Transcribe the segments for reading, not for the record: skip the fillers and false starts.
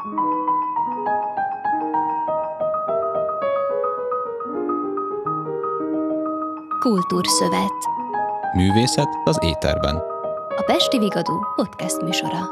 Kultúrszövet. Művészet az éterben. A Pesti Vigadó podcast műsora.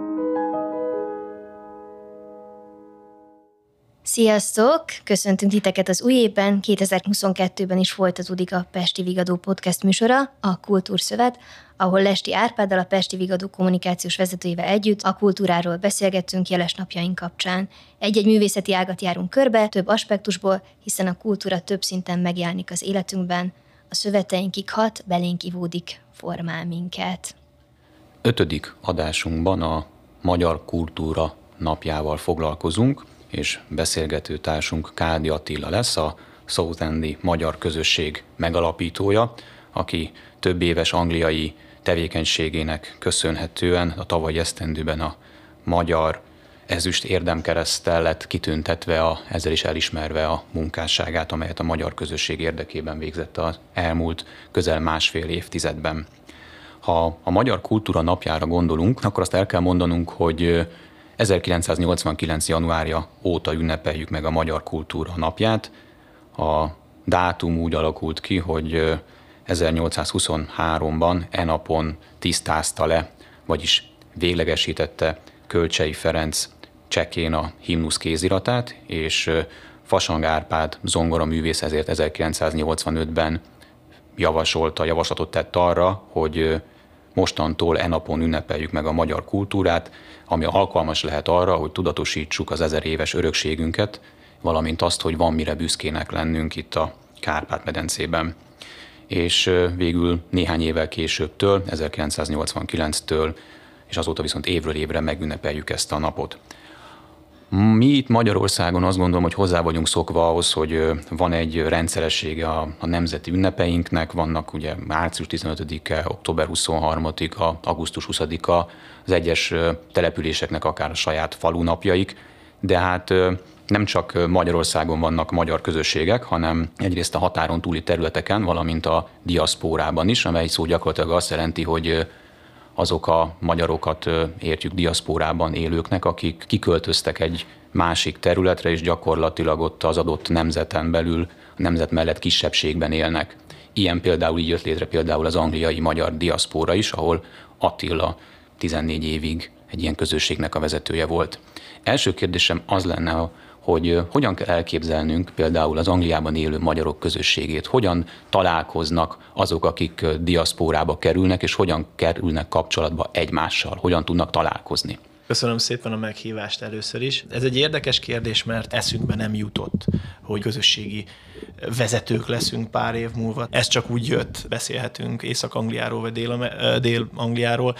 Sziasztok! Köszöntünk titeket az új évben, 2022-ben is folytatódik a Pesti Vigadó podcast műsora, a Kultúrszövet, ahol Lesti Árpáddal, a Pesti Vigadó kommunikációs vezetőjével együtt a kultúráról beszélgettünk jeles napjaink kapcsán. Egy-egy művészeti ágat járunk körbe, több aspektusból, hiszen a kultúra több szinten megjelenik az életünkben, a szöveteinkig hat, belénk ivódik, formál minket. 5. adásunkban a Magyar Kultúra napjával foglalkozunk, és beszélgető társunk Kádi Attila lesz, a Southendi Magyar Közösség megalapítója, aki több éves angliai tevékenységének köszönhetően a tavalyi esztendőben a Magyar Ezüst Érdemkereszttel lett kitüntetve, ezzel is elismerve a munkásságát, amelyet a magyar közösség érdekében végzett az elmúlt közel másfél évtizedben. Ha a Magyar Kultúra napjára gondolunk, akkor azt el kell mondanunk, hogy 1989. januárja óta ünnepeljük meg a Magyar Kultúra napját. A dátum úgy alakult ki, hogy 1823-ban napon tisztázta le, vagyis véglegesítette Kölcsey Ferenc csekén a himnusz kéziratát, és Fasang Árpád zongoraművész ezért 1985-ben javaslatot tett arra, hogy mostantól napon ünnepeljük meg a magyar kultúrát, ami alkalmas lehet arra, hogy tudatosítsuk az 1000 éves örökségünket, valamint azt, hogy van mire büszkének lennünk itt a Kárpát-medencében. És végül néhány évvel későbbtől, 1989-től, és azóta viszont évről évre megünnepeljük ezt a napot. Mi itt Magyarországon azt gondolom, hogy hozzá vagyunk szokva ahhoz, hogy van egy rendszeressége a nemzeti ünnepeinknek, vannak ugye március 15-e, október 23-a, augusztus 20-a, az egyes településeknek akár a saját falunapjaik, de hát nem csak Magyarországon vannak magyar közösségek, hanem egyrészt a határon túli területeken, valamint a diaszpórában is, amely szó gyakorlatilag azt jelenti, hogy azok a magyarokat értjük diaszpórában élőknek, akik kiköltöztek egy másik területre, és gyakorlatilag ott az adott nemzeten belül, a nemzet mellett kisebbségben élnek. Ilyen például így jött létre például az angliai magyar diaszpóra is, ahol Attila 14 évig egy ilyen közösségnek a vezetője volt. Első kérdésem az lenne, hogy hogyan kell elképzelnünk például az Angliában élő magyarok közösségét, hogyan találkoznak azok, akik diaszpórába kerülnek, és hogyan kerülnek kapcsolatba egymással, hogyan tudnak találkozni. Köszönöm szépen a meghívást először is. Ez egy érdekes kérdés, mert eszünkbe nem jutott, hogy közösségi vezetők leszünk pár év múlva. Ez csak úgy jött, beszélhetünk Észak-Angliáról vagy Dél-Angliáról.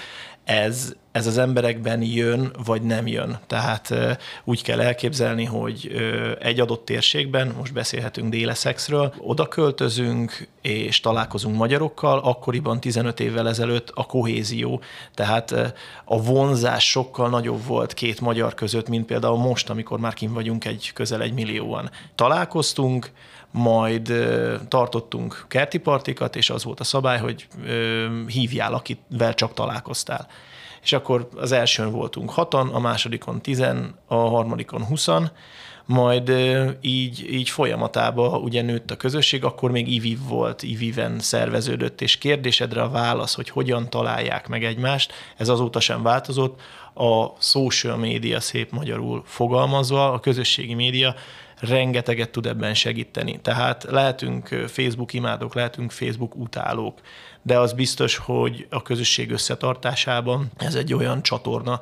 Ez az emberekben jön, vagy nem jön. Tehát úgy kell elképzelni, hogy egy adott térségben, most beszélhetünk Dél-Essexről, oda költözünk, és találkozunk magyarokkal, akkoriban 15 évvel ezelőtt a kohézió, tehát a vonzás sokkal nagyobb volt két magyar között, mint például most, amikor már kint vagyunk közel 1 millióan. Találkoztunk, majd tartottunk kerti partikat, és az volt a szabály, hogy hívjál, akivel csak találkoztál. És akkor az elsőn voltunk 6-an, a másodikon 10, a harmadikon 20, majd így folyamatában ugye nőtt a közösség, akkor még IVIV volt, IVIV-en szerveződött, és kérdésedre a válasz, hogy hogyan találják meg egymást, ez azóta sem változott. A social media, szép magyarul fogalmazva, a közösségi média rengeteget tud ebben segíteni. Tehát lehetünk Facebook imádók, lehetünk Facebook utálók, de az biztos, hogy a közösség összetartásában ez egy olyan csatorna,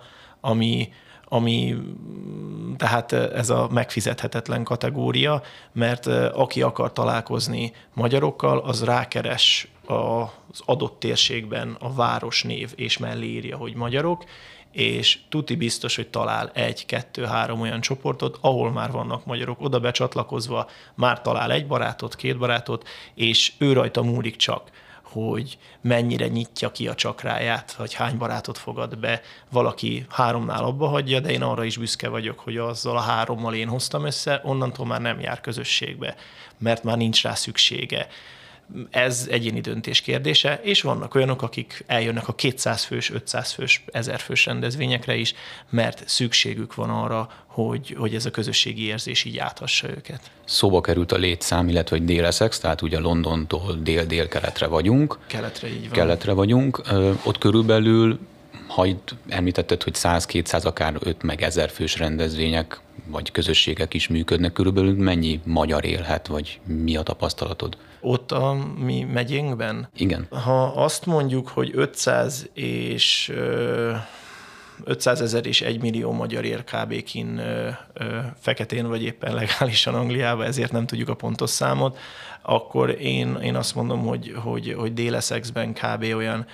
ami tehát ez a megfizethetetlen kategória, mert aki akar találkozni magyarokkal, az rákeres az adott térségben a városnév, és mellé írja, hogy magyarok, és tuti biztos, hogy talál 1, 2, 3 olyan csoportot, ahol már vannak magyarok, oda becsatlakozva már talál 1 barátot, 2 barátot, és ő rajta múlik csak, hogy mennyire nyitja ki a csakráját, vagy hány barátot fogad be. Valaki 3-nál abba hagyja, de én arra is büszke vagyok, hogy azzal a 3-mal én hoztam össze, onnantól már nem jár közösségbe, mert már nincs rá szüksége. Ez egyéni döntés kérdése, és vannak olyanok, akik eljönnek a 200 fős, 500 fős, 1000 fős rendezvényekre is, mert szükségük van arra, hogy ez a közösségi érzés így áthassa őket. Szóba került a létszám, illetve hogy Dél-Essex, tehát ugye Londontól dél-dél-keletre vagyunk. Keletre, így van. Keletre vagyunk. Ott körülbelül, ha itt említetted, hogy 100-200, akár 5 meg 1000 fős rendezvények, vagy közösségek is működnek, körülbelül mennyi magyar élhet, vagy mi a tapasztalatod? Ott a mi megyénkben? Igen. Ha azt mondjuk, hogy 500 000 és 1 millió magyar él kb. Kinn feketén, vagy éppen legálisan Angliába, ezért nem tudjuk a pontos számot, akkor én azt mondom, hogy Dél-Essexben kb. Olyan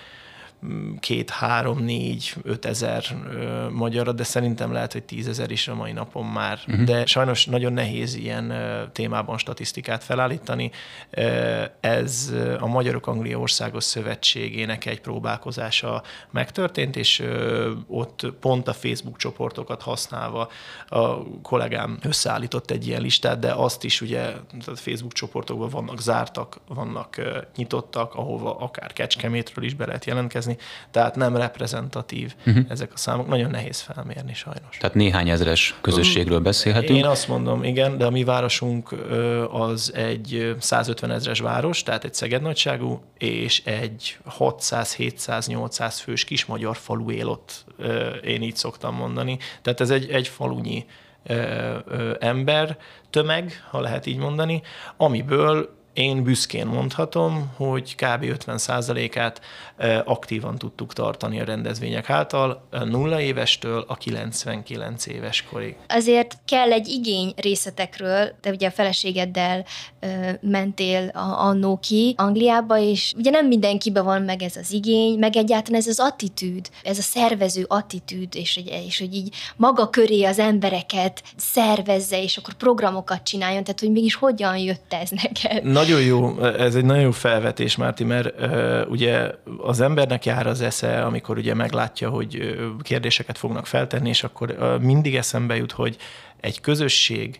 2-3-4-5 ezer magyarra, de szerintem lehet, hogy 10 000 is a mai napon már. De sajnos nagyon nehéz ilyen témában statisztikát felállítani. Ez a Magyarok Anglia Országos Szövetségének egy próbálkozása megtörtént, és ott pont a Facebook csoportokat használva a kollégám összeállított egy ilyen listát, de azt is ugye a Facebook csoportokban vannak zártak, vannak nyitottak, ahova akár Kecskemétről is be lehet jelentkezni. Tehát nem reprezentatív ezek a számok. Nagyon nehéz felmérni sajnos. Tehát néhány ezres közösségről beszélhetünk. Én azt mondom, igen, de a mi városunk az egy 150 000-es város, tehát egy Szeged nagyságú, és egy 600-700-800 fős kis magyar falu él ott, én így szoktam mondani. Tehát ez egy falunyi ember tömeg, ha lehet így mondani, amiből én büszkén mondhatom, hogy kb. 50%-át aktívan tudtuk tartani a rendezvények által, 0 évestől a 99 éves korig. Azért kell egy igény részletekről, te ugye a feleségeddel mentél annó ki Angliába, és ugye nem mindenkiben van meg ez az igény, meg egyáltalán ez az attitűd, ez a szervező attitűd, és hogy így maga köré az embereket szervezze, és akkor programokat csináljon, tehát hogy mégis hogyan jött ez neked? Nagyon jó, ez egy nagyon jó felvetés, Márti, mert ugye az embernek jár az esze, amikor ugye meglátja, hogy kérdéseket fognak feltenni, és akkor mindig eszembe jut, hogy egy közösség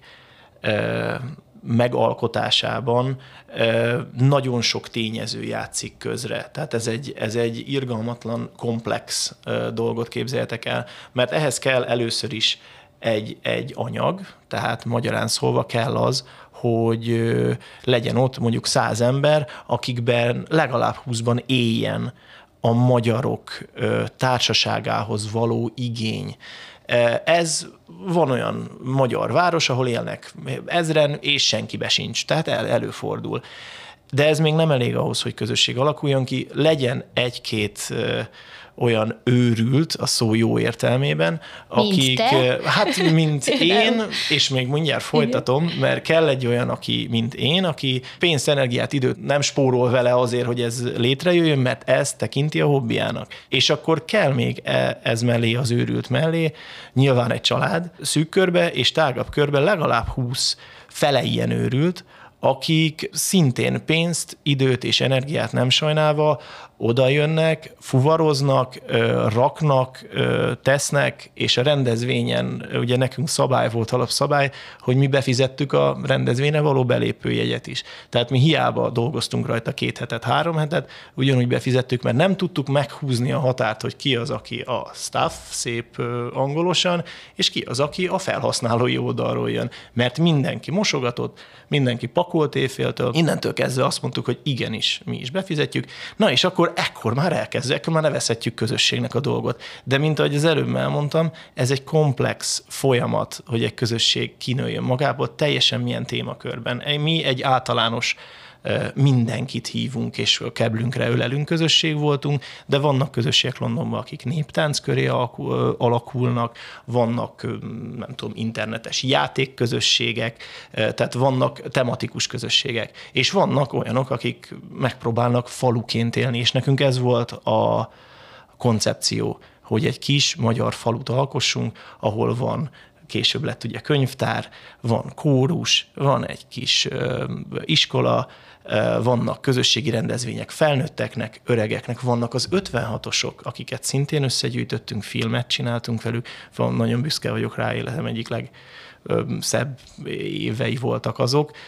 megalkotásában nagyon sok tényező játszik közre. Tehát ez egy irgalmatlan, komplex dolgot képzeljetek el, mert ehhez kell először is egy anyag, tehát magyarán szólva kell az, hogy legyen ott mondjuk 100 ember, akikben legalább 20-ban éljen a magyarok társaságához való igény. Ez van olyan magyar város, ahol élnek 1000-en, és senkibe sincs, tehát előfordul. De ez még nem elég ahhoz, hogy közösség alakuljon ki, legyen egy-két olyan őrült, a szó jó értelmében, akik, mint én, és még mindjárt folytatom, mert kell egy olyan, aki, mint én, aki pénzt, energiát, időt nem spórol vele azért, hogy ez létrejöjjön, mert ez tekinti a hobbiának. És akkor kell még ez mellé, az őrült mellé, nyilván egy család szűk körbe, és tágabb körbe legalább 20 fele ilyen őrült, akik szintén pénzt, időt és energiát nem sajnálva oda jönnek, fuvaroznak, raknak, tesznek, és a rendezvényen, ugye nekünk szabály volt, alapszabály, hogy mi befizettük a rendezvényre való belépőjegyet is. Tehát mi hiába dolgoztunk rajta 2 hetet, 3 hetet, ugyanúgy befizettük, mert nem tudtuk meghúzni a határt, hogy ki az, aki a staff, szép angolosan, és ki az, aki a felhasználói oldalról jön. Mert mindenki mosogatott, mindenki pakolt éjféltől, innentől kezdve azt mondtuk, hogy igenis, mi is befizetjük. Na és akkor ekkor már elkezdve, ekkor már nevezhetjük közösségnek a dolgot. De mint ahogy az előbb elmondtam, ez egy komplex folyamat, hogy egy közösség kinőjön magából, teljesen milyen témakörben. Mi egy általános mindenkit hívunk, és a keblünkre ölelünk közösség voltunk, de vannak közösségek Londonban, akik néptánc köré alakulnak, vannak, nem tudom, internetes játékközösségek, tehát vannak tematikus közösségek, és vannak olyanok, akik megpróbálnak faluként élni, és nekünk ez volt a koncepció, hogy egy kis magyar falut alkossunk, ahol van, később lett ugye könyvtár, van kórus, van egy kis iskola, vannak közösségi rendezvények felnőtteknek, öregeknek, vannak az 56-osok, akiket szintén összegyűjtöttünk, filmet csináltunk velük, nagyon büszke vagyok rá, életem egyik legszebb évei voltak azok.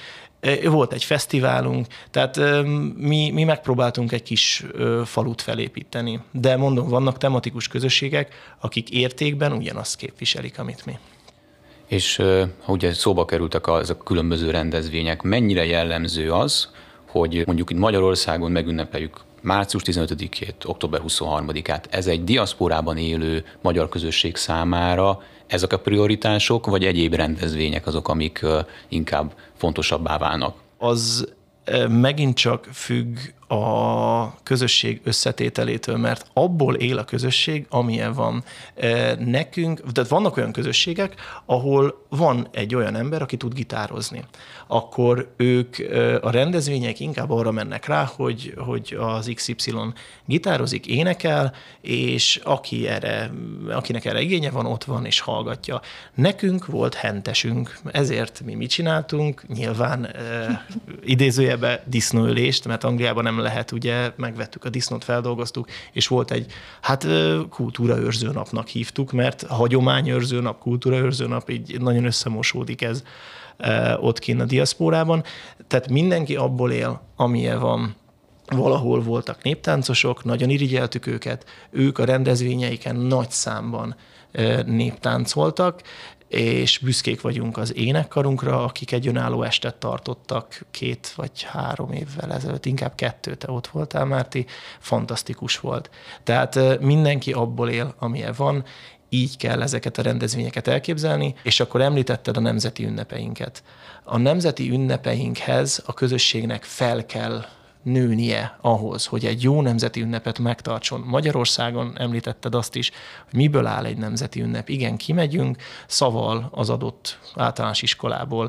Volt egy fesztiválunk, tehát mi megpróbáltunk egy kis falut felépíteni. De mondom, vannak tematikus közösségek, akik értékben ugyanazt képviselik, amit mi. És ha ugye szóba kerültek ezek a különböző rendezvények, mennyire jellemző az, hogy mondjuk itt Magyarországon megünnepeljük március 15-ét, október 23-át. Ez egy diaszporában élő magyar közösség számára ezek a prioritások, vagy egyéb rendezvények azok, amik inkább fontosabbá válnak? Az megint csak függ a közösség összetételétől, mert abból él a közösség, amilyen van. Nekünk, tehát vannak olyan közösségek, ahol van egy olyan ember, aki tud gitározni. Akkor ők a rendezvények inkább arra mennek rá, hogy az XY gitározik, énekel, és akinek erre igénye van, ott van és hallgatja. Nekünk volt hentesünk, ezért mi mit csináltunk? Nyilván idézőjelben disznóölést, mert Angliában nem lehet, ugye megvettük a disznót, feldolgoztuk, és volt egy, kultúraőrző napnak hívtuk, mert hagyományőrző nap, kultúraőrző nap, így nagyon összemosódik ez ott kint a diaszpórában. Tehát mindenki abból él, amilyen van. Valahol voltak néptáncosok, nagyon irigyeltük őket, ők a rendezvényeiken nagy számban néptáncoltak, és büszkék vagyunk az énekkarunkra, akik egy önálló estet tartottak 2 vagy 3 évvel ezelőtt, inkább 2, te ott voltál, Márti, fantasztikus volt. Tehát mindenki abból él, amilyen van, így kell ezeket a rendezvényeket elképzelni, és akkor említetted a nemzeti ünnepeinket. A nemzeti ünnepeinkhez a közösségnek fel kell nőnie ahhoz, hogy egy jó nemzeti ünnepet megtartson. Magyarországon említetted azt is, hogy miből áll egy nemzeti ünnep. Igen, kimegyünk, szaval az adott általános iskolából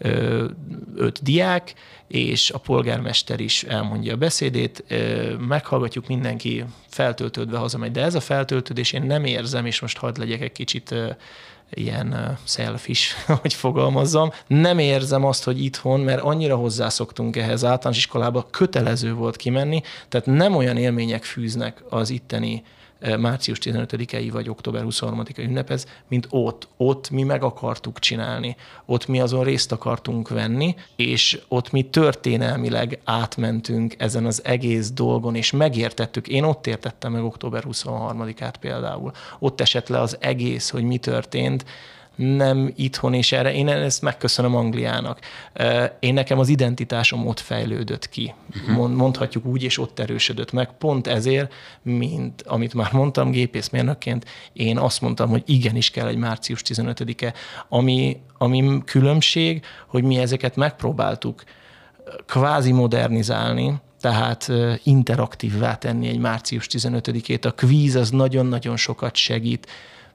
5 diák, és a polgármester is elmondja a beszédét, meghallgatjuk, mindenki feltöltődve hazamegy. De ez a feltöltődés én nem érzem, és most hadd legyek egy kicsit ilyen selfish, hogy fogalmazzam. Nem érzem azt, hogy itthon, mert annyira hozzászoktunk ehhez, általános iskolába kötelező volt kimenni, tehát nem olyan élmények fűznek az itteni március 15-i vagy október 23-ai ünnephez, mint ott. Ott mi meg akartuk csinálni. Ott mi azon részt akartunk venni, és ott mi történelmileg átmentünk ezen az egész dolgon, és megértettük. Én ott értettem meg október 23-át például. Ott esett le az egész, hogy mi történt, nem itthon, és erre én ezt megköszönöm Angliának. Én nekem az identitásom ott fejlődött ki. Mondhatjuk úgy, és ott erősödött meg. Pont ezért, mint amit már mondtam gépészmérnökként, én azt mondtam, hogy igenis kell egy március 15-e. Ami különbség, hogy mi ezeket megpróbáltuk kvázi modernizálni, tehát interaktívvá tenni egy március 15-ét. A kvíz az nagyon-nagyon sokat segít,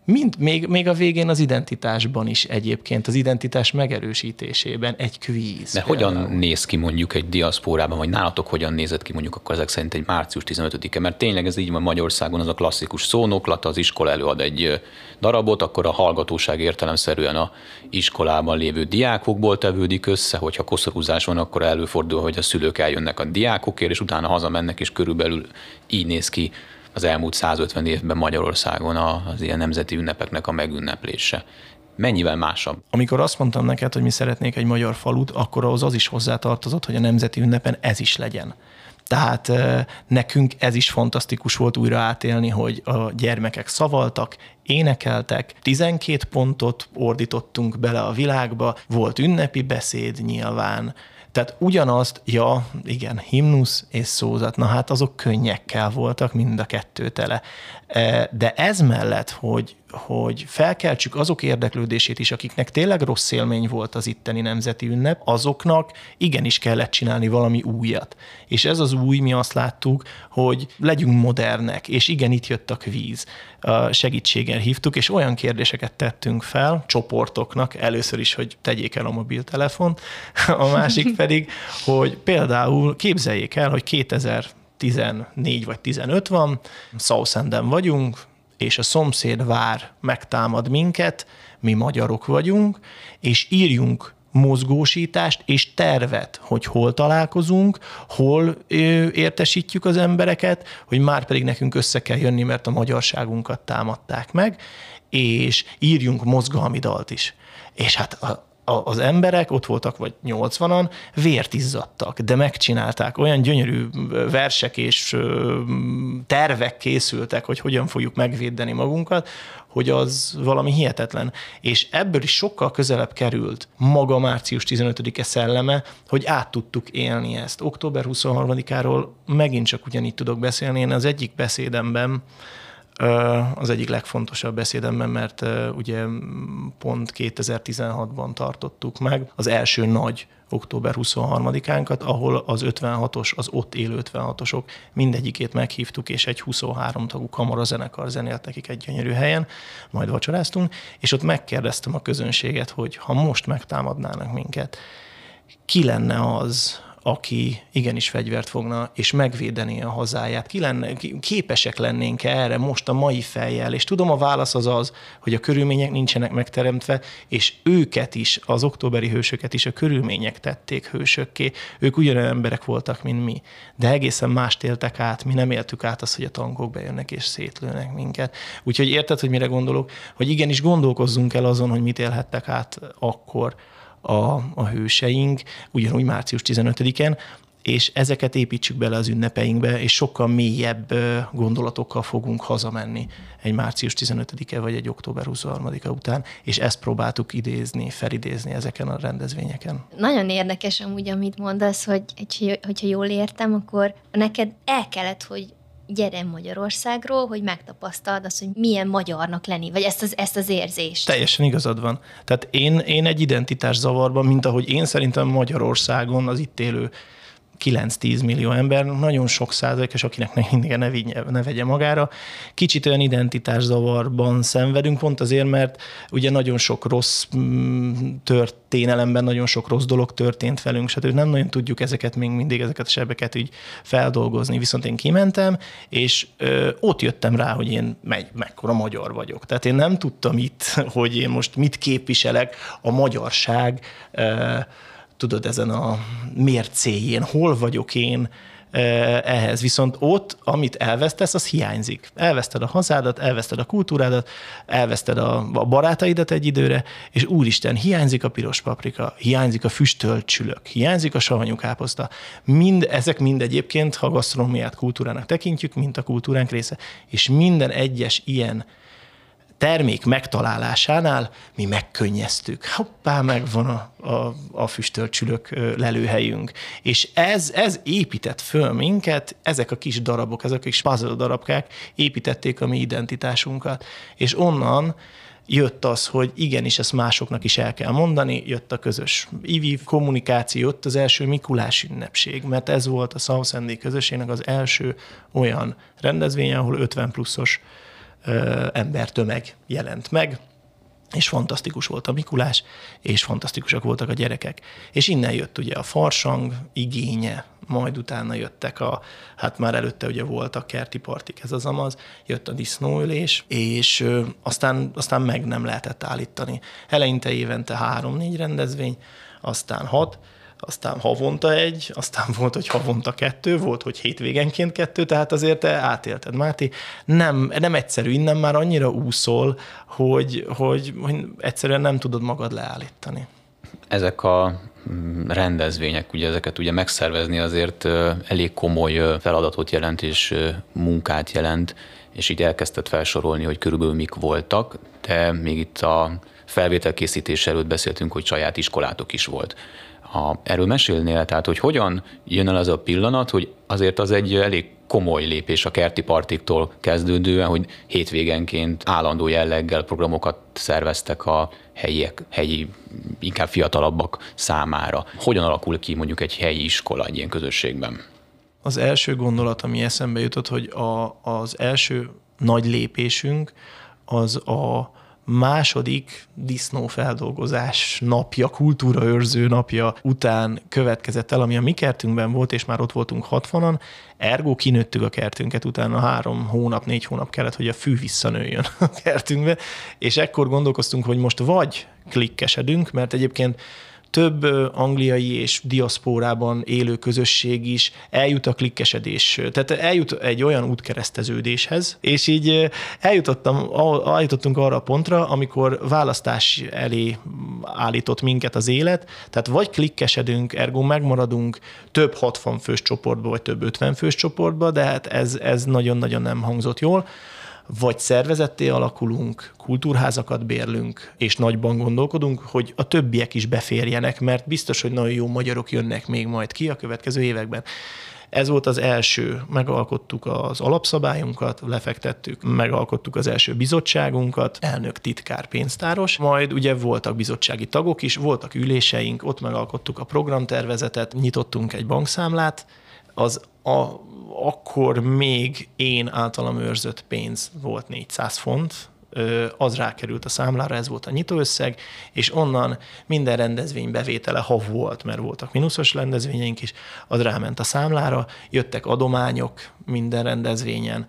még a végén az identitásban is egyébként, az identitás megerősítésében egy kvíz. De hogyan néz ki mondjuk egy diaszpórában, vagy nálatok hogyan nézett ki mondjuk akkor ezek szerint egy március 15-e? Mert tényleg ez így van Magyarországon, az a klasszikus szónoklata, az iskola előad egy darabot, akkor a hallgatóság értelemszerűen a iskolában lévő diákokból tevődik össze, hogyha koszorúzás van, akkor előfordul, hogy a szülők eljönnek a diákokért, és utána hazamennek, és körülbelül így néz ki az elmúlt 150 évben Magyarországon az ilyen nemzeti ünnepeknek a megünneplése. Mennyivel másabb? Amikor azt mondtam neked, hogy mi szeretnék egy magyar falut, akkor ahhoz az is hozzátartozott, hogy a nemzeti ünnepen ez is legyen. Tehát nekünk ez is fantasztikus volt újra átélni, hogy a gyermekek szavaltak, énekeltek, 12 pontot ordítottunk bele a világba, volt ünnepi beszéd nyilván, tehát ugyanazt, himnusz és szózat, na hát azok könnyekkel voltak, mind a kettő tele. De ez mellett, hogy felkeltsük azok érdeklődését is, akiknek tényleg rossz élmény volt az itteni nemzeti ünnep, azoknak igenis kellett csinálni valami újat. És ez az új, mi azt láttuk, hogy legyünk modernek, és igen, itt jött a kvíz. Segítséggel hívtuk, és olyan kérdéseket tettünk fel csoportoknak, először is, hogy tegyék el a mobiltelefont, a másik pedig, hogy például képzeljék el, hogy 2014 vagy 15 van, Southenden vagyunk, és a szomszéd vár megtámad minket, mi magyarok vagyunk, és írjunk mozgósítást és tervet, hogy hol találkozunk, hol értesítjük az embereket, hogy már pedig nekünk össze kell jönni, mert a magyarságunkat támadták meg, és írjunk mozgalmi dalt is. És hát az emberek ott voltak, vagy 80-an, vért izzadtak, de megcsinálták. Olyan gyönyörű versek és tervek készültek, hogy hogyan fogjuk megvédeni magunkat, hogy az valami hihetetlen. És ebből is sokkal közelebb került maga március 15-e szelleme, hogy át tudtuk élni ezt. Október 23-áról megint csak ugyanígy tudok beszélni. Én az egyik beszédemben, az egyik legfontosabb beszédemben, mert ugye pont 2016-ban tartottuk meg az első nagy október 23-ánkat, ahol az 56-os, az ott élő 56-osok mindegyikét meghívtuk, és egy 23 tagú kamarazenekar zenélt nekik egy gyönyörű helyen, majd vacsoráztunk, és ott megkérdeztem a közönséget, hogy ha most megtámadnának minket, ki lenne az, aki igenis fegyvert fogna, és megvédené a hazáját. Képesek lennénk erre most a mai fejjel, és tudom, a válasz az, hogy a körülmények nincsenek megteremtve, és őket is, az októberi hősöket is a körülmények tették hősökké. Ők ugyanolyan emberek voltak, mint mi, de egészen mást éltek át, mi nem éltük át azt, hogy a tankok bejönnek és szétlőnek minket. Úgyhogy érted, hogy mire gondolok? Hogy igenis gondolkozzunk el azon, hogy mit élhettek át akkor a hőseink, ugyanúgy március 15-en, és ezeket építsük bele az ünnepeinkbe, és sokkal mélyebb gondolatokkal fogunk hazamenni egy március 15-e vagy egy október 23-a után, és ezt próbáltuk felidézni ezeken a rendezvényeken. Nagyon érdekes amúgy, amit mondasz, hogyha jól értem, akkor neked el kellett, hogy gyere Magyarországról, hogy megtapasztald azt, hogy milyen magyarnak lenni, vagy ezt az érzést. Teljesen igazad van. Tehát én egy identitászavarban, mint ahogy én szerintem Magyarországon az itt élő 9-10 millió ember, nagyon sok százalékos, akinek mindig ne vegye magára. Kicsit olyan identitászavarban szenvedünk, pont azért, mert ugye nagyon sok rossz történelemben, nagyon sok rossz dolog történt velünk, stb. Nem nagyon tudjuk ezeket a sebeket így feldolgozni. Viszont én kimentem, és ott jöttem rá, hogy én mekkora magyar vagyok. Tehát én nem tudtam hogy én most mit képviselek a magyarság, tudod, ezen a mércéjén, hol vagyok én ehhez. Viszont ott, amit elvesztesz, az hiányzik. Elveszted a hazádat, elveszted a kultúrádat, elveszted a barátaidat egy időre, és úristen, hiányzik a piros paprika, hiányzik a füstölt csülök, hiányzik a savanyú káposzta. Ezek mind egyébként, ha gasztronómiát kultúrának tekintjük, mint a kultúránk része, és minden egyes ilyen termék megtalálásánál mi megkönnyeztük. Hoppá, megvan a füstölt csülök lelőhelyünk. És ez épített föl minket, ezek a kis darabok, ezek a kis puzzle darabkák építették a mi identitásunkat. És onnan jött az, hogy igenis ezt másoknak is el kell mondani, jött a közös ivi kommunikáció, jött az első Mikulás ünnepség, mert ez volt a South Endi közösségnek az első olyan rendezvénye, ahol 50 pluszos embertömeg jelent meg, és fantasztikus volt a Mikulás, és fantasztikusak voltak a gyerekek. És innen jött ugye a farsang igénye, majd utána jöttek hát már előtte ugye voltak kerti partik, ez az amaz, jött a disznóölés, és aztán meg nem lehetett állítani. Eleinte évente 3-4 rendezvény, aztán 6, aztán havonta 1, aztán volt, hogy havonta 2, volt, hogy hétvégenként 2, tehát azért te átélted, Máté. Nem egyszerű, innen már annyira úszol, hogy egyszerűen nem tudod magad leállítani. Ezek a rendezvények, ugye ezeket ugye megszervezni azért elég komoly feladatot jelent és munkát jelent, és így elkezdted felsorolni, hogy körülbelül mik voltak, de még itt a felvételkészítés előtt beszéltünk, hogy saját iskolátok is volt. Erről mesélnél, tehát hogy hogyan jön el az a pillanat, hogy azért az egy elég komoly lépés a kerti partiktól kezdődően, hogy hétvégenként állandó jelleggel programokat szerveztek a helyi, inkább fiatalabbak számára. Hogyan alakul ki mondjuk egy helyi iskola egy ilyen közösségben? Az első gondolat, ami eszembe jutott, hogy az első nagy lépésünk az a második disznófeldolgozás napja, kultúraőrző napja után következett el, ami a mi kertünkben volt, és már ott voltunk 60-an, ergo kinőttük a kertünket, utána 3 hónap, 4 hónap kellett, hogy a fű visszanőjön a kertünkbe, és ekkor gondolkoztunk, hogy most vagy klikkesedünk, mert egyébként több angliai és diaszpórában élő közösség is eljut a klikkesedés, tehát eljut egy olyan útkereszteződéshez, és így eljutottunk arra a pontra, amikor választás elé állított minket az élet, tehát vagy klikkesedünk, ergo megmaradunk több 60 fős csoportba, vagy több 50 fős csoportba, de hát ez nagyon-nagyon nem hangzott jól, vagy szervezetté alakulunk, kultúrházakat bérlünk, és nagyban gondolkodunk, hogy a többiek is beférjenek, mert biztos, hogy nagyon jó magyarok jönnek még majd ki a következő években. Ez volt az első, megalkottuk az alapszabályunkat, lefektettük, megalkottuk az első bizottságunkat, elnök, titkár, pénztáros, majd ugye voltak bizottsági tagok is, voltak üléseink, ott megalkottuk a programtervezetet, nyitottunk egy bankszámlát, akkor még én általam őrzött pénz volt 400 font, az rákerült a számlára, ez volt a nyitóösszeg, és onnan minden rendezvény bevétele, ha volt, mert voltak mínuszos rendezvényeink is, az ráment a számlára, jöttek adományok minden rendezvényen,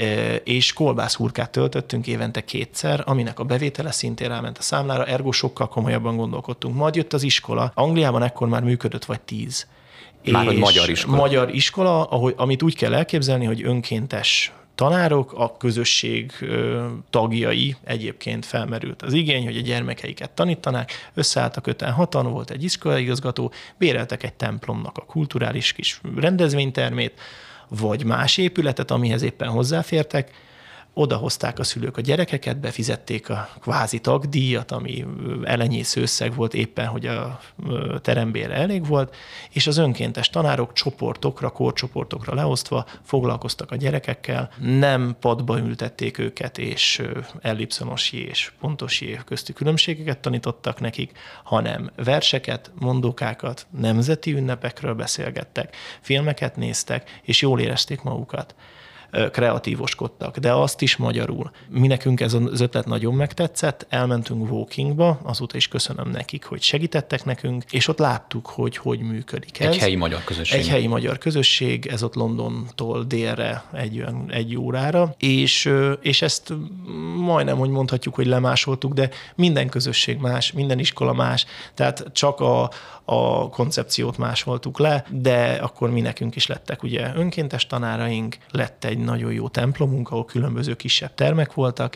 és kolbászhurkát töltöttünk évente 2-szer, aminek a bevétele szintén ráment a számlára, ergo sokkal komolyabban gondolkodtunk. Majd jött az iskola, Angliában ekkor már működött vagy 10. Már hogy magyar iskola. Magyar iskola, amit úgy kell elképzelni, hogy önkéntes tanárok, a közösség tagjai, egyébként felmerült az igény, hogy a gyermekeiket tanítanák, összeálltak 5-6-an, volt egy iskolaigazgató, béreltek egy templomnak a kulturális kis rendezvénytermét, vagy más épületet, amihez éppen hozzáfértek, odahozták a szülők a gyerekeket, befizették a kvázi tagdíjat, ami elenyésző összeg volt éppen, hogy a terembére elég volt, és az önkéntes tanárok csoportokra, korcsoportokra leosztva foglalkoztak a gyerekekkel, nem padba ültették őket, és ellipszonosi és pontosi közti különbségeket tanítottak nekik, hanem verseket, mondókákat, nemzeti ünnepekről beszélgettek, filmeket néztek, és jól érezték magukat. Kreatívoskodtak, de azt is magyarul. Mi nekünk ez az ötlet nagyon megtetszett, elmentünk walkingba, azóta is köszönöm nekik, hogy segítettek nekünk, és ott láttuk, hogy működik ez. Egy helyi magyar közösség. Egy helyi magyar közösség, ez ott Londontól délre egy órára, és ezt majdnem, hogy mondhatjuk, hogy lemásoltuk, de minden közösség más, minden iskola más, tehát csak a koncepciót másoltuk le, de akkor mi nekünk is lettek ugye önkéntes tanáraink, lett egy nagyon jó templomunk, ahol különböző kisebb termek voltak,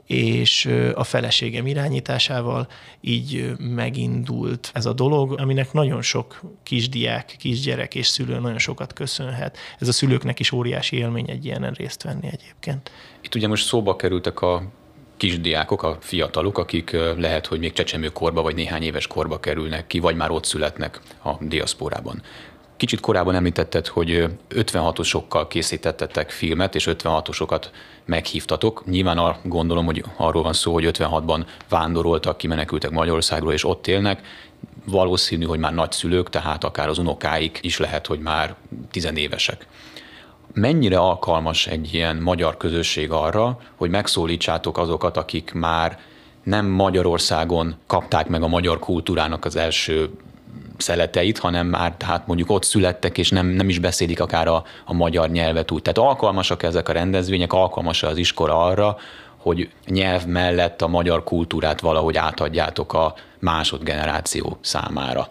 és a feleségem irányításával így megindult ez a dolog, aminek nagyon sok kisdiák, kisgyerek és szülő nagyon sokat köszönhet. Ez a szülőknek is óriási élmény egy ilyenen részt venni egyébként. Itt ugye most szóba kerültek a kisdiákok, a fiatalok, akik lehet, hogy még csecsemőkorba vagy néhány éves korba kerülnek ki, vagy már ott születnek a diaszpórában. Kicsit korábban említetted, hogy 56-osokkal készítettetek filmet, és 56-osokat meghívtatok. Nyilván gondolom, hogy arról van szó, hogy 56-ban vándoroltak, kimenekültek Magyarországról, és ott élnek. Valószínű, hogy már nagyszülők, tehát akár az unokáik is lehet, hogy már tizenévesek. Mennyire alkalmas egy ilyen magyar közösség arra, hogy megszólítsátok azokat, akik már nem Magyarországon kapták meg a magyar kultúrának az első szeleteit, hanem már tehát mondjuk ott születtek, és nem is beszélik akár a magyar nyelvet úgy. Tehát alkalmasak ezek a rendezvények, alkalmas az iskola arra, hogy nyelv mellett a magyar kultúrát valahogy átadjátok a másodgeneráció számára.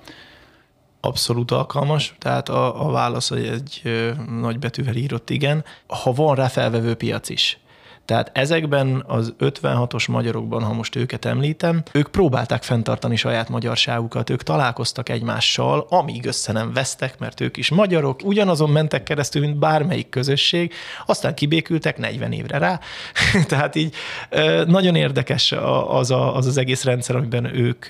Abszolút alkalmas, tehát a válasz, hogy egy nagybetűvel írott igen, ha van rá felvevő piac is. Tehát ezekben az 56-os magyarokban, ha most őket említem, ők próbálták fenntartani saját magyarságukat, ők találkoztak egymással, amíg össze nem vesztek, mert ők is magyarok, ugyanazon mentek keresztül, mint bármelyik közösség, aztán kibékültek 40 évre rá. Tehát így nagyon érdekes az egész rendszer, amiben ők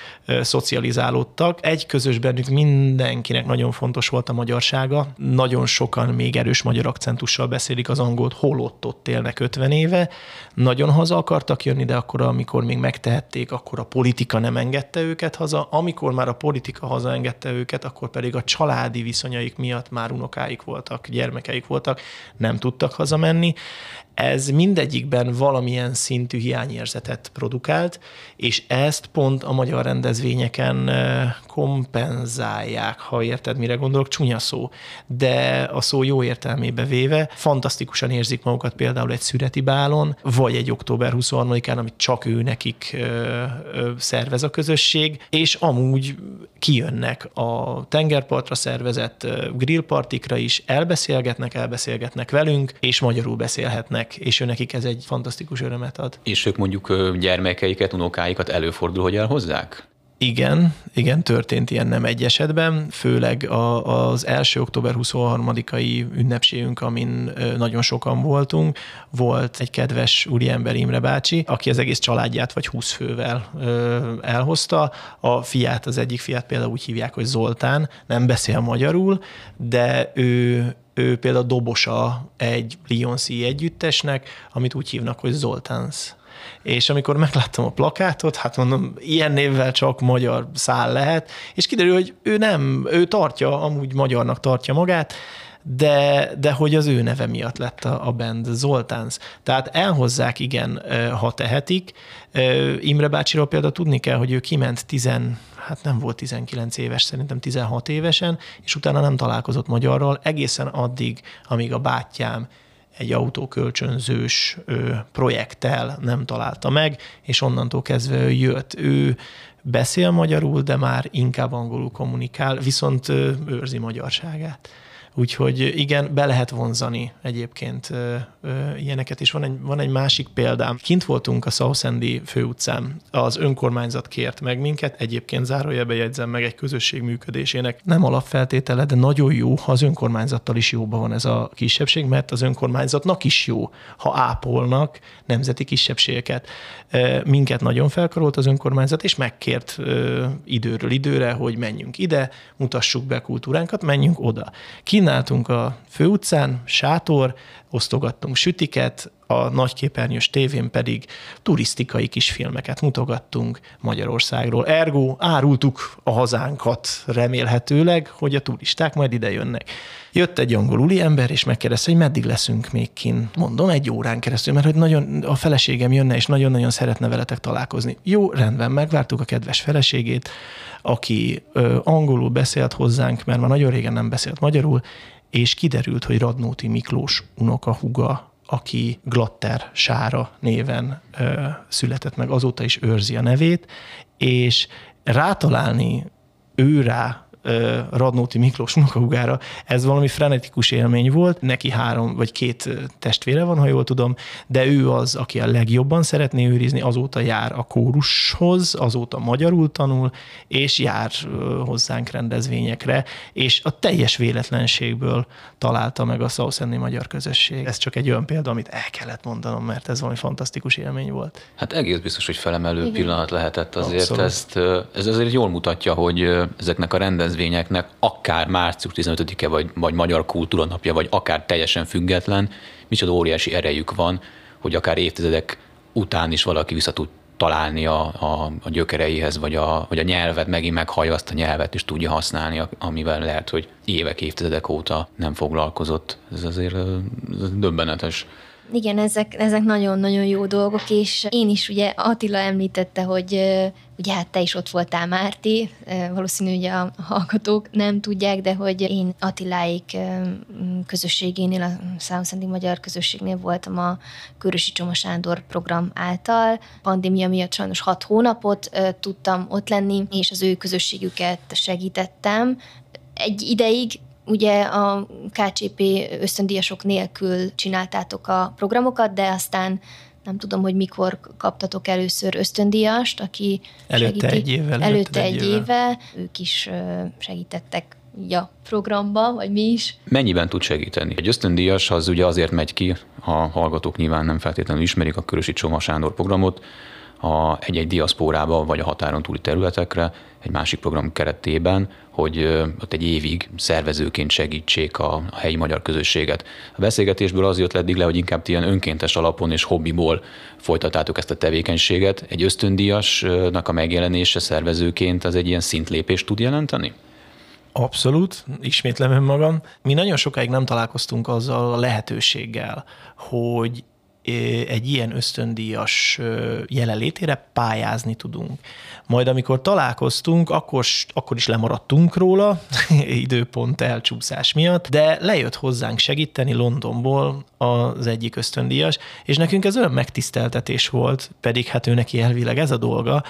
szocializálódtak. Egy közös bennük mindenkinek nagyon fontos volt a magyarsága. Nagyon sokan még erős magyar akcentussal beszélik az angolt, holott ott élnek 50 éve. Nagyon haza akartak jönni, de akkor, amikor még megtehették, akkor a politika nem engedte őket haza. Amikor már a politika hazaengedte őket, akkor pedig a családi viszonyaik miatt már unokáik voltak, gyermekeik voltak, nem tudtak hazamenni. Ez mindegyikben valamilyen szintű hiányérzetet produkált, és ezt pont a magyar rendezvényeken kompenzálják, ha érted, mire gondolok, csúnya szó, de a szó jó értelmébe véve fantasztikusan érzik magukat például egy szüreti bálon, vagy egy október 23-án, amit csak ő nekik szervez a közösség, és amúgy kijönnek a tengerpartra szervezett grillpartikra is, elbeszélgetnek velünk, és magyarul beszélhetnek, és nekik ez egy fantasztikus örömet ad. És ők mondjuk gyermekeiket, unokáikat előfordul, hogy elhozzák? Igen, történt ilyen nem egy esetben, főleg az első október 23-ai ünnepségünk, amin nagyon sokan voltunk, volt egy kedves úriember, Imre bácsi, aki az egész családját vagy 20 fővel elhozta. A fiát, az egyik fiát például úgy hívják, hogy Zoltán, nem beszél magyarul, de ő például dobosa egy Beyoncé együttesnek, amit úgy hívnak, hogy Zoltánsz. És amikor megláttam a plakátot, hát mondom, ilyen névvel csak magyar szál lehet, és kiderül, hogy ő tartja, amúgy magyarnak tartja magát, de hogy az ő neve miatt lett a band Zoltánsz. Tehát elhozzák, igen, ha tehetik. Imre bácsiról például tudni kell, hogy ő kiment hát nem volt 19 éves, szerintem 16 évesen, és utána nem találkozott magyarral, egészen addig, amíg a bátyám egy autókölcsönzős projekttel nem találta meg, és onnantól kezdve jött. Ő beszél magyarul, de már inkább angolul kommunikál, viszont őrzi magyarságát. Úgyhogy igen, be lehet vonzani egyébként ilyeneket, és van egy másik példám. Kint voltunk a Southend-i főutcán, az önkormányzat kért meg minket, egyébként zárójelbe jegyzem meg, egy közösség működésének nem alapfeltétele, de nagyon jó, ha az önkormányzattal is jóban van ez a kisebbség, mert az önkormányzatnak is jó, ha ápolnak nemzeti kisebbségeket. Minket nagyon felkarolt az önkormányzat, és megkért időről időre, hogy menjünk ide, mutassuk be kultúránkat, menjünk oda. Kínáltunk a főutcán, sátor, osztogattunk sütiket, a nagyképernyős tévén pedig turisztikai kisfilmeket mutogattunk Magyarországról. Ergo árultuk a hazánkat remélhetőleg, hogy a turisták majd ide jönnek. Jött egy angol úriember, és megkérdezte, hogy meddig leszünk még kint. Mondom, 1 órán keresztül, mert hogy nagyon a feleségem jönne, és nagyon-nagyon szeretne veletek találkozni. Jó, rendben, megvártuk a kedves feleségét, aki angolul beszélt hozzánk, mert már nagyon régen nem beszélt magyarul, és kiderült, hogy Radnóti Miklós unokahuga, aki Glatter Sára néven született meg, azóta is őrzi a nevét, és rátalálni őrá, Radnóti Miklós unokahugára, ez valami frenetikus élmény volt. Neki 3 vagy 2 testvére van, ha jól tudom, de ő az, aki a legjobban szeretné őrizni, azóta jár a kórushoz, azóta magyarul tanul, és jár hozzánk rendezvényekre, és a teljes véletlenségből találta meg a Southend-i magyar közösség. Ez csak egy olyan példa, amit el kellett mondanom, mert ez valami fantasztikus élmény volt. Hát egész biztos, hogy felemelő pillanat lehetett azért. Ez azért jól mutatja, hogy ezeknek a rendezvényeknek akár március 15-e, vagy Magyar Kultúra Napja, vagy akár teljesen független, micsoda óriási erejük van, hogy akár évtizedek után is valaki vissza tud találni a gyökereihez, vagy a nyelvet, megint meghallja azt a nyelvet, és tudja használni, amivel lehet, hogy évek-évtizedek óta nem foglalkozott. Ez azért döbbenetes. Igen, ezek nagyon-nagyon jó dolgok, és én is ugye Attila említette, hogy ugye hát te is ott voltál, Márti, valószínű, hogy a hallgatók nem tudják, de hogy én Attiláik közösségénél, a Southend-i magyar közösségnél voltam a Körösi Csoma Sándor program által. Pandémia miatt sajnos 6 hónapot tudtam ott lenni, és az ő közösségüket segítettem. Egy ideig ugye a KCP ösztöndíjasok nélkül csináltátok a programokat, de aztán nem tudom, hogy mikor kaptatok először ösztöndíjast, aki Előtte egy éve. Ők is segítettek a programba, vagy mi is. Mennyiben tud segíteni? Egy ösztöndíjas az ugye azért megy ki, a hallgatók nyilván nem feltétlenül ismerik a Körösi Csoma Sándor programot, egy diaszpórába vagy a határon túli területekre, egy másik program keretében, hogy ott egy évig szervezőként segítsék a helyi magyar közösséget. A beszélgetésből az jött eddig le, hogy inkább ilyen önkéntes alapon és hobbiból folytattátok ezt a tevékenységet. Egy ösztöndíjasnak a megjelenése szervezőként az egy ilyen szintlépést tud jelenteni? Abszolút, ismétlem önmagam. Mi nagyon sokáig nem találkoztunk azzal a lehetőséggel, hogy egy ilyen ösztöndíjas jelenlétére pályázni tudunk. Majd amikor találkoztunk, akkor is lemaradtunk róla, időpont elcsúszás miatt, de lejött hozzánk segíteni Londonból az egyik ösztöndíjas, és nekünk ez olyan megtiszteltetés volt, pedig hát ő neki elvileg ez a dolga,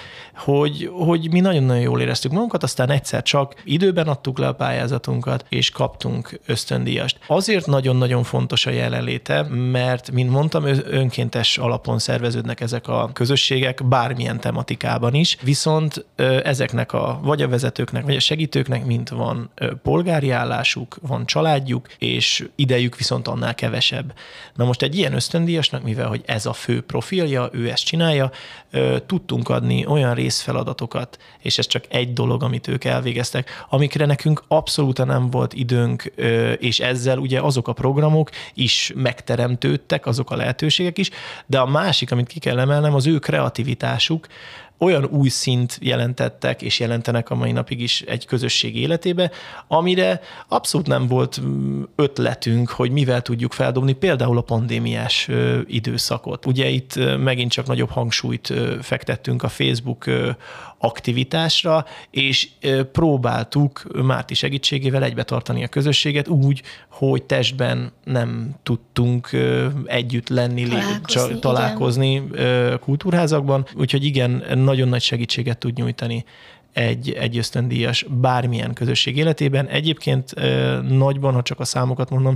hogy mi nagyon-nagyon jól éreztük magunkat, aztán egyszer csak időben adtuk le a pályázatunkat, és kaptunk ösztöndíjast. Azért nagyon-nagyon fontos a jelenléte, mert, mint mondtam, önkéntes alapon szerveződnek ezek a közösségek, bármilyen tematikában is, viszont ezeknek vagy a vezetőknek, vagy a segítőknek mind van polgári állásuk, van családjuk, és idejük viszont annál kevesebb. Na most egy ilyen ösztöndíjasnak, mivel hogy ez a fő profilja, ő ezt csinálja, tudtunk adni olyan részfeladatokat, és ez csak egy dolog, amit ők elvégeztek, amikre nekünk abszolút nem volt időnk, és ezzel ugye azok a programok is megteremtődtek, azok a lehetőségek is, de a másik, amit ki kell emelnem, az ő kreativitásuk, olyan új szint jelentettek, és jelentenek a mai napig is egy közösség életébe, amire abszolút nem volt ötletünk, hogy mivel tudjuk feldobni például a pandémiás időszakot. Ugye itt megint csak nagyobb hangsúlyt fektettünk a Facebook aktivitásra, és próbáltuk Márti segítségével egybetartani a közösséget úgy, hogy testben nem tudtunk együtt lenni, találkozni kultúrházakban, úgyhogy igen, nagyon nagy segítséget tud nyújtani egy ösztöndíjas bármilyen közösség életében. Egyébként nagyban, ha csak a számokat mondom,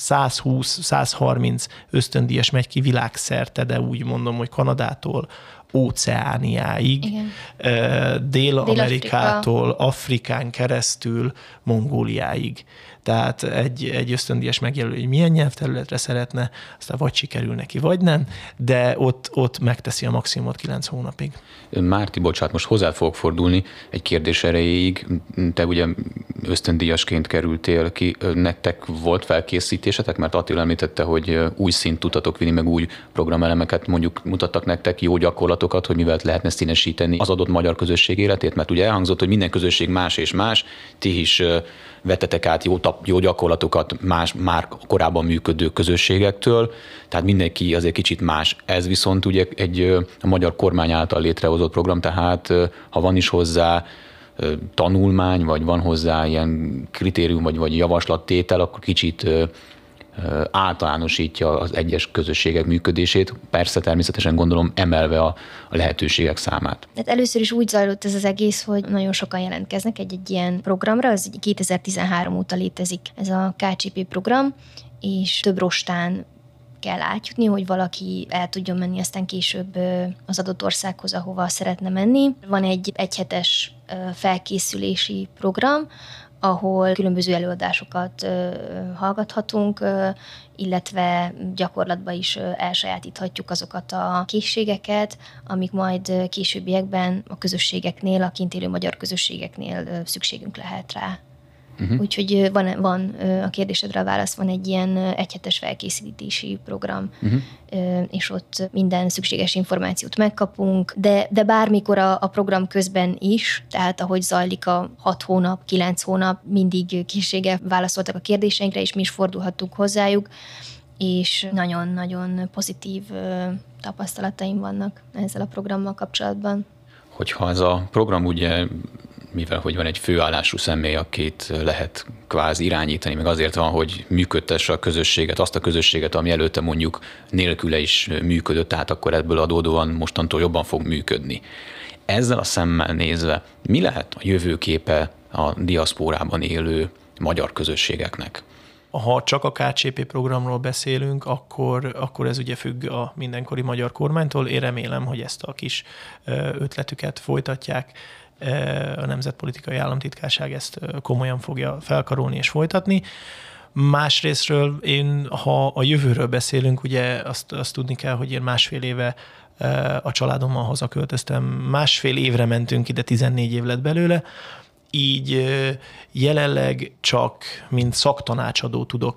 120-130 ösztöndíjas megy ki világszerte, de úgy mondom, hogy Kanadától Óceániáig, Dél-Amerikától, Afrikán keresztül, Mongóliáig. Tehát egy ösztöndíjas megjelöl, hogy milyen nyelvterületre szeretne, aztán vagy sikerül neki, vagy nem, de ott megteszi a maximumot 9 hónapig. Márti, bocsánat, most hozzá fogok fordulni egy kérdés erejéig. Te ugye ösztöndíjasként kerültél ki, nektek volt felkészítésetek, mert Attila említette, hogy új szint tudtatok vinni, meg új programelemeket mondjuk mutattak nektek, jó gyakorlatokat, hogy mivel lehetne színesíteni az adott magyar közösség életét, mert ugye elhangzott, hogy minden közösség más és más, ti is vettetek át jó gyakorlatokat más már korábban működő közösségektől, tehát mindenki azért kicsit más. Ez viszont ugye a magyar kormány által létrehozott program, tehát ha van is hozzá tanulmány, vagy van hozzá ilyen kritérium, vagy javaslattétel, akkor kicsit általánosítja az egyes közösségek működését, persze természetesen gondolom emelve a lehetőségek számát. Tehát először is úgy zajlott ez az egész, hogy nagyon sokan jelentkeznek egy ilyen programra, az 2013 óta létezik ez a KCP program, és több rostán kell átjutni, hogy valaki el tudjon menni aztán később az adott országhoz, ahova szeretne menni. Van egy egyhetes felkészülési program, ahol különböző előadásokat hallgathatunk, illetve gyakorlatban is elsajátíthatjuk azokat a készségeket, amik majd későbbiekben a közösségeknél, a kint élő magyar közösségeknél szükségünk lehet rá. Uh-huh. Úgyhogy van a kérdésedre a válasz, van egy ilyen egyhetes felkészítési program, és ott minden szükséges információt megkapunk, de bármikor a program közben is, tehát ahogy zajlik a 6 hónap, 9 hónap, mindig készséggel válaszoltak a kérdéseinkre, és mi is fordulhattunk hozzájuk, és nagyon-nagyon pozitív tapasztalataim vannak ezzel a programmal kapcsolatban. Hogyha ez a program ugye, mivel hogy van egy főállású személy, akit lehet kvázi irányítani, meg azért van, hogy működtesse a közösséget, azt a közösséget, ami előtte mondjuk nélküle is működött, tehát akkor ebből adódóan mostantól jobban fog működni. Ezzel a szemmel nézve, mi lehet a jövőképe a diaszpórában élő magyar közösségeknek? Ha csak a KCP programról beszélünk, akkor ez ugye függ a mindenkori magyar kormánytól. Én remélem, hogy ezt a kis ötletüket folytatják. A Nemzetpolitikai Államtitkárság ezt komolyan fogja felkarolni és folytatni. Másrésztről ha a jövőről beszélünk, ugye azt tudni kell, hogy én 1,5 éve a családommal hazaköltöztem, 1,5 évre mentünk ide, 14 év lett belőle, így jelenleg csak mint szaktanácsadó tudok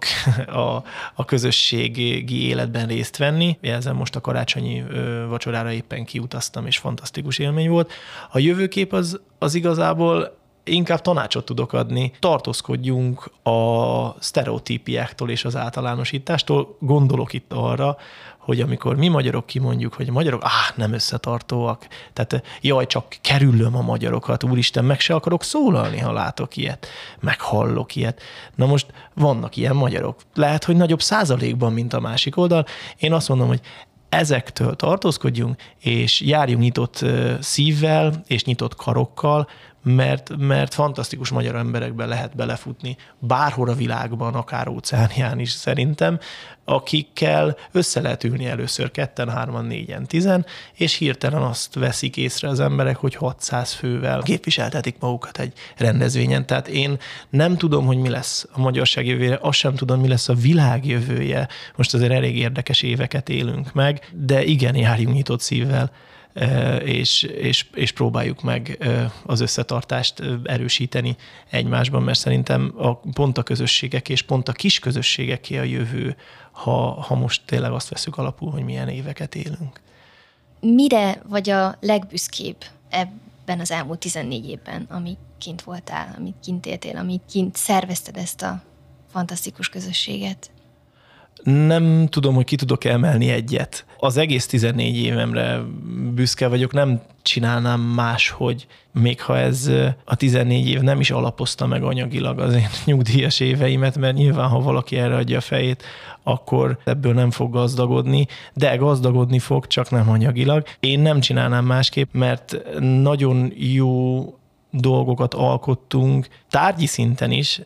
a közösségi életben részt venni. Ezzel most a karácsonyi vacsorára éppen kiutaztam, és fantasztikus élmény volt. A jövőkép az igazából inkább tanácsot tudok adni. Tartózkodjunk a sztereotípiáktól és az általánosítástól. Gondolok itt arra, hogy amikor mi magyarok kimondjuk, hogy a magyarok nem összetartóak, tehát jaj, csak kerülöm a magyarokat, úristen, meg se akarok szólalni, ha látok ilyet, meg hallok ilyet. Na most vannak ilyen magyarok. Lehet, hogy nagyobb százalékban, mint a másik oldal. Én azt mondom, hogy ezektől tartózkodjunk, és járjunk nyitott szívvel és nyitott karokkal, mert fantasztikus magyar emberekben lehet belefutni, bárhol a világban, akár óceánján is szerintem, akikkel össze lehet ülni először 2-en, 3-an, 4-en, 10-en, és hirtelen azt veszik észre az emberek, hogy 600 fővel képviseltetik magukat egy rendezvényen. Tehát én nem tudom, hogy mi lesz a magyarság jövője, azt sem tudom, mi lesz a világ jövője. Most azért elég érdekes éveket élünk meg, de igen, járjunk nyitott szívvel, és próbáljuk meg az összetartást erősíteni egymásban, mert szerintem pont a közösségek és pont a kis közösségeké a jövő, ha most tényleg azt veszük alapul, hogy milyen éveket élünk. Mire vagy a legbüszkébb ebben az elmúlt 14 évben, amíg kint voltál, amíg kint éltél, amíg kint szervezted ezt a fantasztikus közösséget? Nem tudom, hogy ki tudok emelni egyet. Az egész 14 évemre büszke vagyok, nem csinálnám máshogy, még ha ez a 14 év nem is alapozta meg anyagilag az én nyugdíjas éveimet, mert nyilván, ha valaki erre adja a fejét, akkor ebből nem fog gazdagodni, de gazdagodni fog, csak nem anyagilag. Én nem csinálnám másképp, mert nagyon jó dolgokat alkottunk, tárgyi szinten is,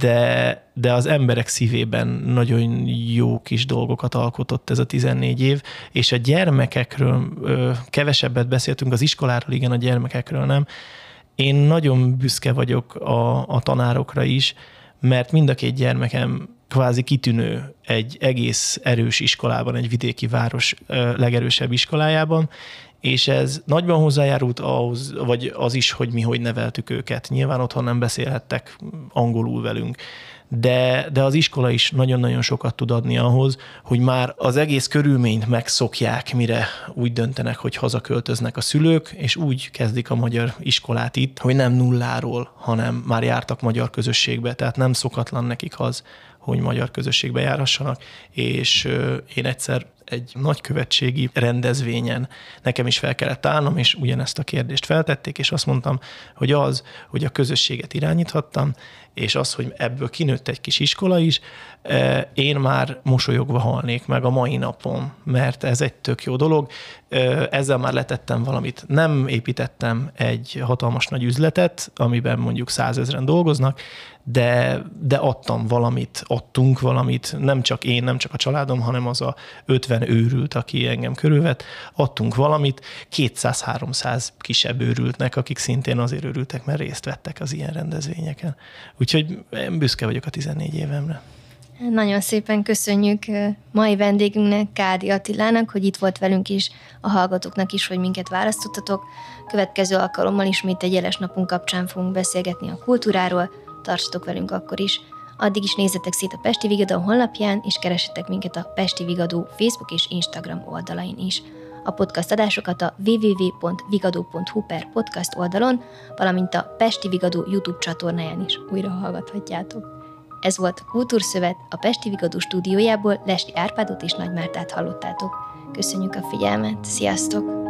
de az emberek szívében nagyon jó kis dolgokat alkotott ez a 14 év, és a gyermekekről kevesebbet beszéltünk, az iskoláról igen, a gyermekekről nem. Én nagyon büszke vagyok a tanárokra is, mert mind a 2 gyermekem kvázi kitűnő egy egész erős iskolában, egy vidéki város legerősebb iskolájában, és ez nagyban hozzájárult ahhoz, vagy az is, hogy mi hogy neveltük őket. Nyilván otthon nem beszélhettek angolul velünk, de az iskola is nagyon-nagyon sokat tud adni ahhoz, hogy már az egész körülményt megszokják, mire úgy döntenek, hogy hazaköltöznek a szülők, és úgy kezdik a magyar iskolát itt, hogy nem nulláról, hanem már jártak magyar közösségbe, tehát nem szokatlan nekik az, hogy magyar közösségbe járhassanak, és én egyszer egy nagykövetségi rendezvényen nekem is fel kellett állnom, és ugyanezt a kérdést feltették, és azt mondtam, hogy az, hogy a közösséget irányíthattam, és az, hogy ebből kinőtt egy kis iskola is, én már mosolyogva halnék meg a mai napon, mert ez egy tök jó dolog. Ezzel már letettem valamit. Nem építettem egy hatalmas nagy üzletet, amiben mondjuk 100 000-en dolgoznak, de adtunk valamit, nem csak én, nem csak a családom, hanem az a 50 őrült, aki engem körülvett, adtunk valamit 200-300 kisebb őrültnek, akik szintén azért őrültek, mert részt vettek az ilyen rendezvényeken. Úgyhogy én büszke vagyok a 14 évemre. Nagyon szépen köszönjük mai vendégünknek, Kádi Attilának, hogy itt volt velünk is, a hallgatóknak is, hogy minket választottatok. Következő alkalommal ismét egy jeles napunk kapcsán fogunk beszélgetni a kultúráról, tartsatok velünk akkor is. Addig is nézzetek szét a Pesti Vigadó honlapján, és keressetek minket a Pesti Vigadó Facebook és Instagram oldalain is. A podcast adásokat a www.vigadó.hu/podcast oldalon, valamint a Pesti Vigadó YouTube csatornáján is újra hallgathatjátok. Ez volt a Kultúrszövet, a Pesti Vigadó stúdiójából Lesty Árpádot és Nagy Mártát hallottátok. Köszönjük a figyelmet, sziasztok!